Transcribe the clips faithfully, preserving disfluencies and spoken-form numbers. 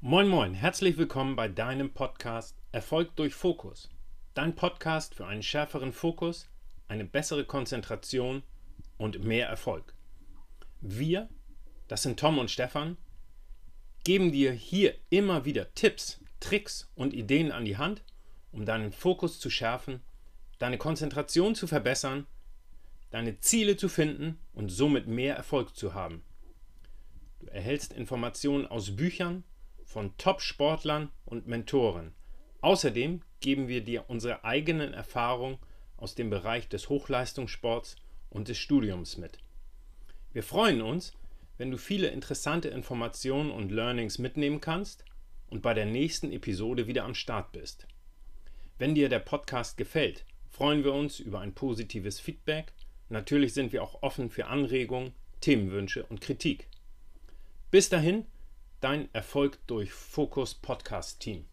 Moin Moin, herzlich willkommen bei deinem Podcast Erfolg durch Fokus. Dein Podcast für einen schärferen Fokus, eine bessere Konzentration und mehr Erfolg. Wir, das sind Tom und Stefan, geben dir hier immer wieder Tipps, Tricks und Ideen an die Hand, um deinen Fokus zu schärfen, deine Konzentration zu verbessern, deine Ziele zu finden und somit mehr Erfolg zu haben. Du erhältst Informationen aus Büchern, von Top-Sportlern und Mentoren. Außerdem geben wir dir unsere eigenen Erfahrungen aus dem Bereich des Hochleistungssports und des Studiums mit. Wir freuen uns, wenn du viele interessante Informationen und Learnings mitnehmen kannst und bei der nächsten Episode wieder am Start bist. Wenn dir der Podcast gefällt, freuen wir uns über ein positives Feedback. Natürlich sind wir auch offen für Anregungen, Themenwünsche und Kritik. Bis dahin, dein Erfolg durch Fokus Podcast Team.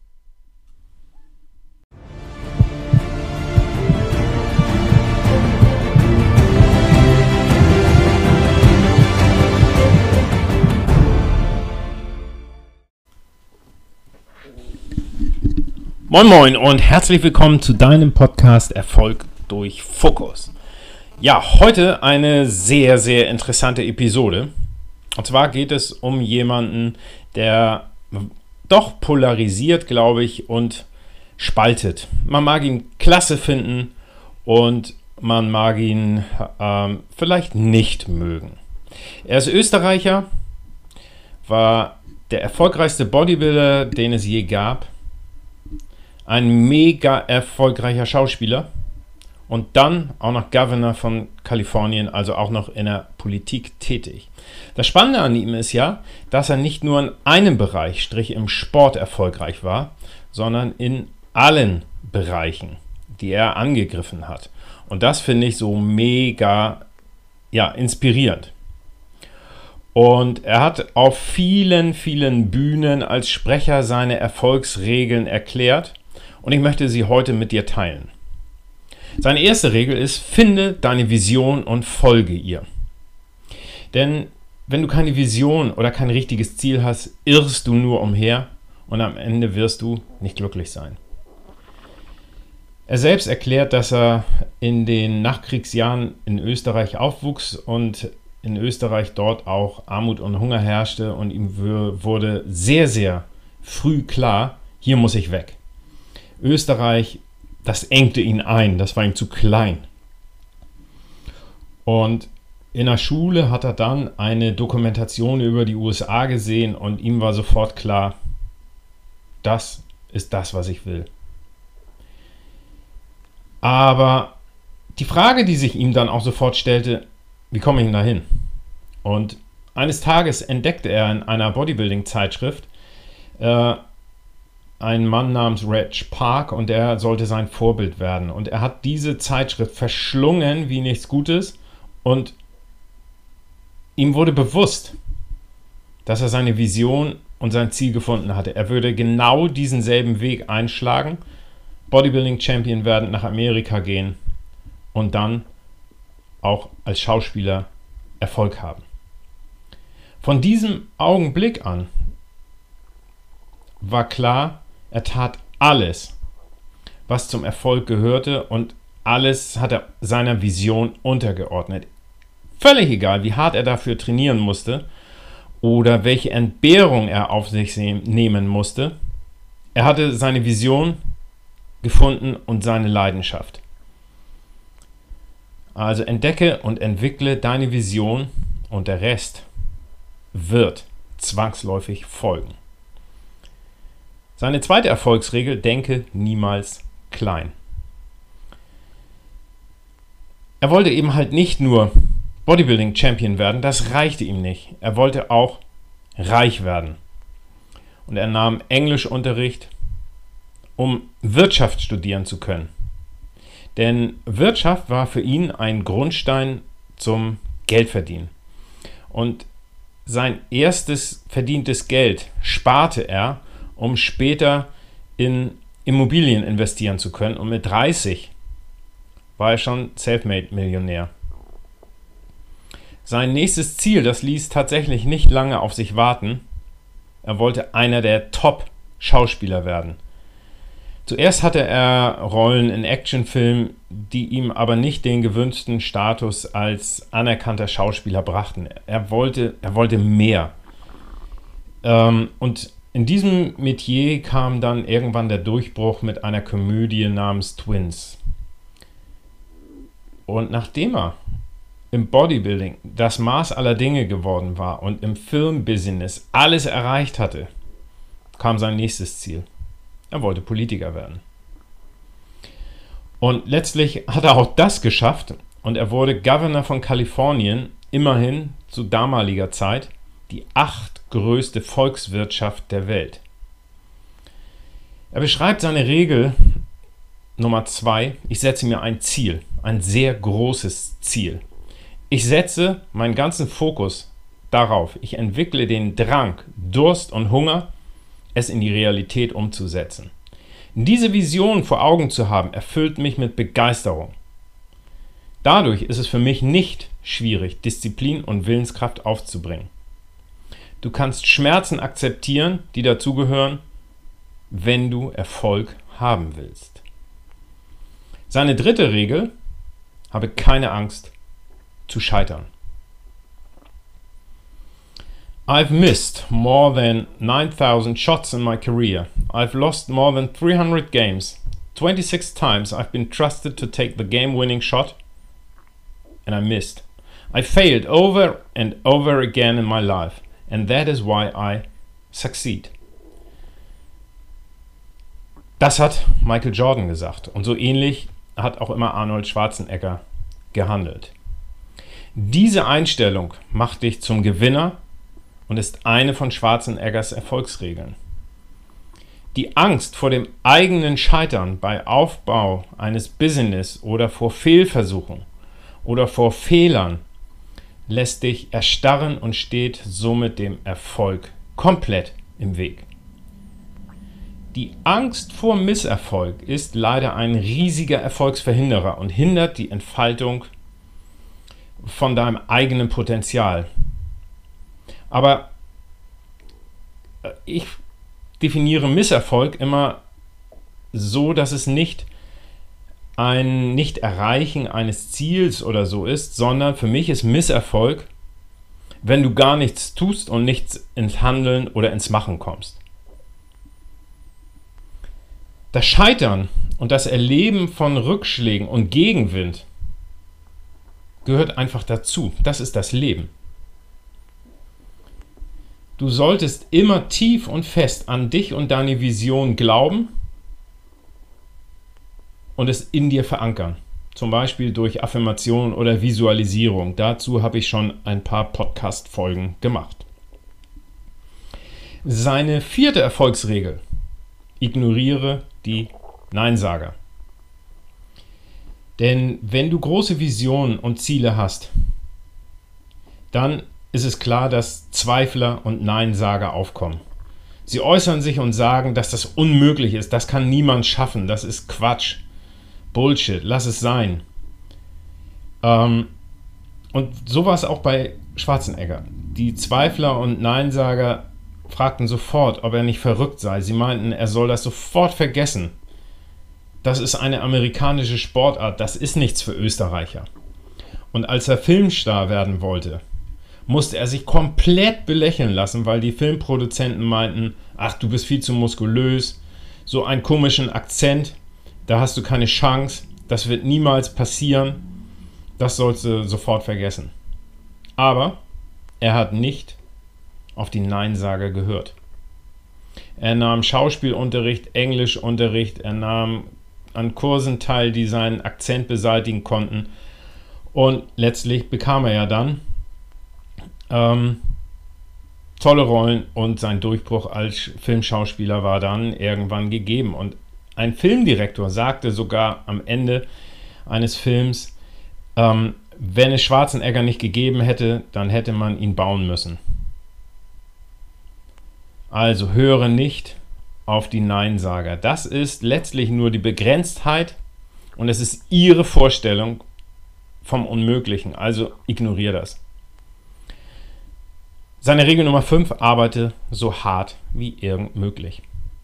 Moin Moin und herzlich willkommen zu deinem Podcast Erfolg durch Fokus. Ja, heute eine sehr, sehr interessante Episode. Und zwar geht es um jemanden, der doch polarisiert, glaube ich, und spaltet. Man mag ihn klasse finden und man mag ihn ähm, vielleicht nicht mögen. Er ist Österreicher, war der erfolgreichste Bodybuilder, den es je gab, ein mega erfolgreicher Schauspieler und dann auch noch Governor von Kalifornien, also auch noch in der Politik tätig. Das Spannende an ihm ist ja, dass er nicht nur in einem Bereich, Strich im Sport, erfolgreich war, sondern in allen Bereichen, die er angegriffen hat. Und das finde ich so mega ja, inspirierend. Und er hat auf vielen, vielen Bühnen als Sprecher seine Erfolgsregeln erklärt und ich möchte sie heute mit dir teilen. Seine erste Regel ist, finde deine Vision und folge ihr. Denn wenn du keine Vision oder kein richtiges Ziel hast, irrst du nur umher und am Ende wirst du nicht glücklich sein. Er selbst erklärt, dass er in den Nachkriegsjahren in Österreich aufwuchs und in Österreich dort auch Armut und Hunger herrschte und ihm wurde sehr, sehr früh klar, hier muss ich weg. Österreich, das engte ihn ein, das war ihm zu klein. Und in der Schule hat er dann eine Dokumentation über die U S A gesehen und ihm war sofort klar, das ist das, was ich will. Aber die Frage, die sich ihm dann auch sofort stellte, wie komme ich denn dahin? Und eines Tages entdeckte er in einer Bodybuilding-Zeitschrift äh, einen Mann namens Reg Park und er sollte sein Vorbild werden. Und er hat diese Zeitschrift verschlungen wie nichts Gutes und ihm wurde bewusst, dass er seine Vision und sein Ziel gefunden hatte. Er würde genau diesen selben Weg einschlagen, Bodybuilding-Champion werden, nach Amerika gehen und dann auch als Schauspieler Erfolg haben. Von diesem Augenblick an war klar, er tat alles, was zum Erfolg gehörte und alles hat er seiner Vision untergeordnet. Völlig egal, wie hart er dafür trainieren musste oder welche Entbehrung er auf sich nehmen musste. Er hatte seine Vision gefunden und seine Leidenschaft. Also entdecke und entwickle deine Vision und der Rest wird zwangsläufig folgen. Seine zweite Erfolgsregel, denke niemals klein. Er wollte eben halt nicht nur Bodybuilding-Champion werden, das reichte ihm nicht. Er wollte auch reich werden. Und er nahm Englischunterricht, um Wirtschaft studieren zu können. Denn Wirtschaft war für ihn ein Grundstein zum Geldverdienen. Und sein erstes verdientes Geld sparte er, um später in Immobilien investieren zu können. Und mit dreißig war er schon Selfmade-Millionär. Sein nächstes Ziel, das ließ tatsächlich nicht lange auf sich warten. Er wollte einer der Top-Schauspieler werden. Zuerst hatte er Rollen in Actionfilmen, die ihm aber nicht den gewünschten Status als anerkannter Schauspieler brachten. Er wollte, er wollte mehr. Ähm, und in diesem Metier kam dann irgendwann der Durchbruch mit einer Komödie namens Twins. Und nachdem er im Bodybuilding das Maß aller Dinge geworden war und im Filmbusiness alles erreicht hatte, kam sein nächstes Ziel. Er wollte Politiker werden. Und letztlich hat er auch das geschafft und er wurde Governor von Kalifornien, immerhin zu damaliger Zeit die achtgrößte Volkswirtschaft der Welt. Er beschreibt seine Regel Nummer zwei: Ich setze mir ein Ziel, ein sehr großes Ziel. Ich setze meinen ganzen Fokus darauf. Ich entwickle den Drang, Durst und Hunger, es in die Realität umzusetzen. Diese Vision vor Augen zu haben, erfüllt mich mit Begeisterung. Dadurch ist es für mich nicht schwierig, Disziplin und Willenskraft aufzubringen. Du kannst Schmerzen akzeptieren, die dazugehören, wenn du Erfolg haben willst. Seine dritte Regel: Habe keine Angst zu scheitern. I've missed more than nine thousand shots in my career. I've lost more than three hundred games. twenty-six times I've been trusted to take the game-winning shot and I missed. I failed over and over again in my life and that is why I succeed. Das hat Michael Jordan gesagt und so ähnlich hat auch immer Arnold Schwarzenegger gehandelt. Diese Einstellung macht dich zum Gewinner und ist eine von Schwarzeneggers Erfolgsregeln. Die Angst vor dem eigenen Scheitern bei Aufbau eines Business oder vor Fehlversuchen oder vor Fehlern lässt dich erstarren und steht somit dem Erfolg komplett im Weg. Die Angst vor Misserfolg ist leider ein riesiger Erfolgsverhinderer und hindert die Entfaltung von deinem eigenen Potenzial. Aber ich definiere Misserfolg immer so, dass es nicht ein Nicht-Erreichen eines Ziels oder so ist, sondern für mich ist Misserfolg, wenn du gar nichts tust und nichts ins Handeln oder ins Machen kommst. Das Scheitern und das Erleben von Rückschlägen und Gegenwind gehört einfach dazu. Das ist das Leben. Du solltest immer tief und fest an dich und deine Vision glauben und es in dir verankern. Zum Beispiel durch Affirmation oder Visualisierung. Dazu habe ich schon ein paar Podcast-Folgen gemacht. Seine vierte Erfolgsregel: Ignoriere die Neinsager. Denn wenn du große Visionen und Ziele hast, dann ist es klar, dass Zweifler und Neinsager aufkommen. Sie äußern sich und sagen, dass das unmöglich ist, das kann niemand schaffen, das ist Quatsch, Bullshit, lass es sein. Ähm, und so war es auch bei Schwarzenegger. Die Zweifler und Neinsager fragten sofort, ob er nicht verrückt sei. Sie meinten, er soll das sofort vergessen. Das ist eine amerikanische Sportart, das ist nichts für Österreicher. Und als er Filmstar werden wollte, musste er sich komplett belächeln lassen, weil die Filmproduzenten meinten, ach, du bist viel zu muskulös, so einen komischen Akzent, da hast du keine Chance, das wird niemals passieren, das sollst du sofort vergessen. Aber er hat nicht auf die Neinsager gehört. Er nahm Schauspielunterricht, Englischunterricht, er nahm an Kursen teil, die seinen Akzent beseitigen konnten und letztlich bekam er ja dann ähm, tolle Rollen und sein Durchbruch als Filmschauspieler war dann irgendwann gegeben. Und ein Filmdirektor sagte sogar am Ende eines Films, ähm, wenn es Schwarzenegger nicht gegeben hätte, dann hätte man ihn bauen müssen. Also höre nicht auf die Neinsager. Das ist letztlich nur die Begrenztheit und es ist ihre Vorstellung vom Unmöglichen. Also ignoriere das. Seine Regel Nummer fünf, arbeite so hart wie irgend möglich.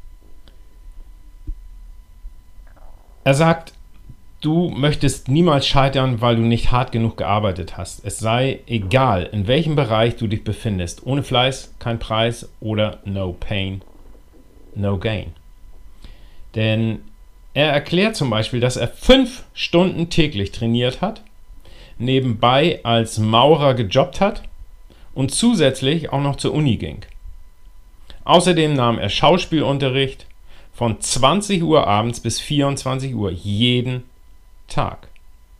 Er sagt, du möchtest niemals scheitern, weil du nicht hart genug gearbeitet hast. Es sei egal, in welchem Bereich du dich befindest. Ohne Fleiß kein Preis oder no pain, no gain. Denn er erklärt zum Beispiel, dass er fünf Stunden täglich trainiert hat, nebenbei als Maurer gejobbt hat und zusätzlich auch noch zur Uni ging. Außerdem nahm er Schauspielunterricht von zwanzig Uhr abends bis vierundzwanzig Uhr jeden Tag.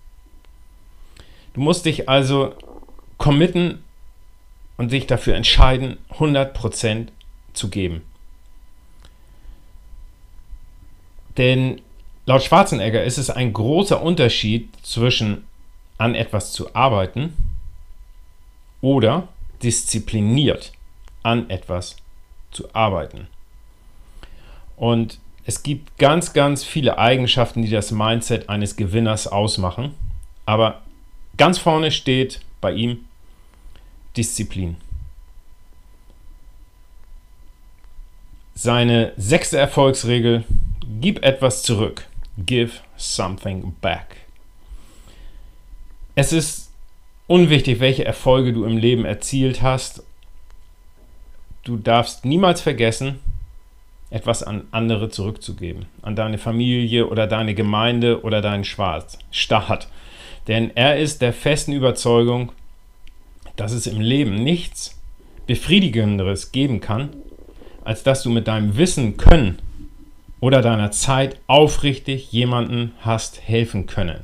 Du musst dich also committen und dich dafür entscheiden, hundert Prozent zu geben. Denn laut Schwarzenegger ist es ein großer Unterschied zwischen an etwas zu arbeiten oder diszipliniert an etwas zu arbeiten. Und es gibt ganz, ganz viele Eigenschaften, die das Mindset eines Gewinners ausmachen. Aber ganz vorne steht bei ihm Disziplin. Seine sechste Erfolgsregel: Gib etwas zurück. Give something back. Es ist unwichtig, welche Erfolge du im Leben erzielt hast. Du darfst niemals vergessen, etwas an andere zurückzugeben. An deine Familie oder deine Gemeinde oder deinen Staat. Denn er ist der festen Überzeugung, dass es im Leben nichts Befriedigenderes geben kann, als dass du mit deinem Wissen, Können oder deiner Zeit aufrichtig jemanden hast helfen können.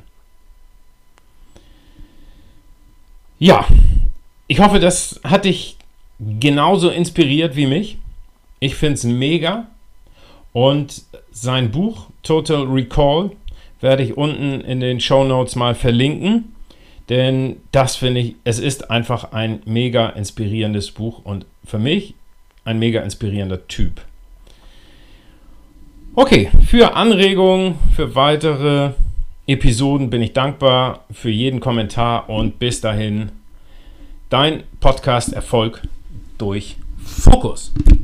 Ja, ich hoffe, das hat dich genauso inspiriert wie mich. Ich finde es mega. Und sein Buch Total Recall werde ich unten in den Shownotes mal verlinken. Denn das finde ich, es ist einfach ein mega inspirierendes Buch und für mich ein mega inspirierender Typ. Okay, für Anregungen, für weitere Episoden bin ich dankbar, für jeden Kommentar und bis dahin, dein Podcast Erfolg durch Fokus.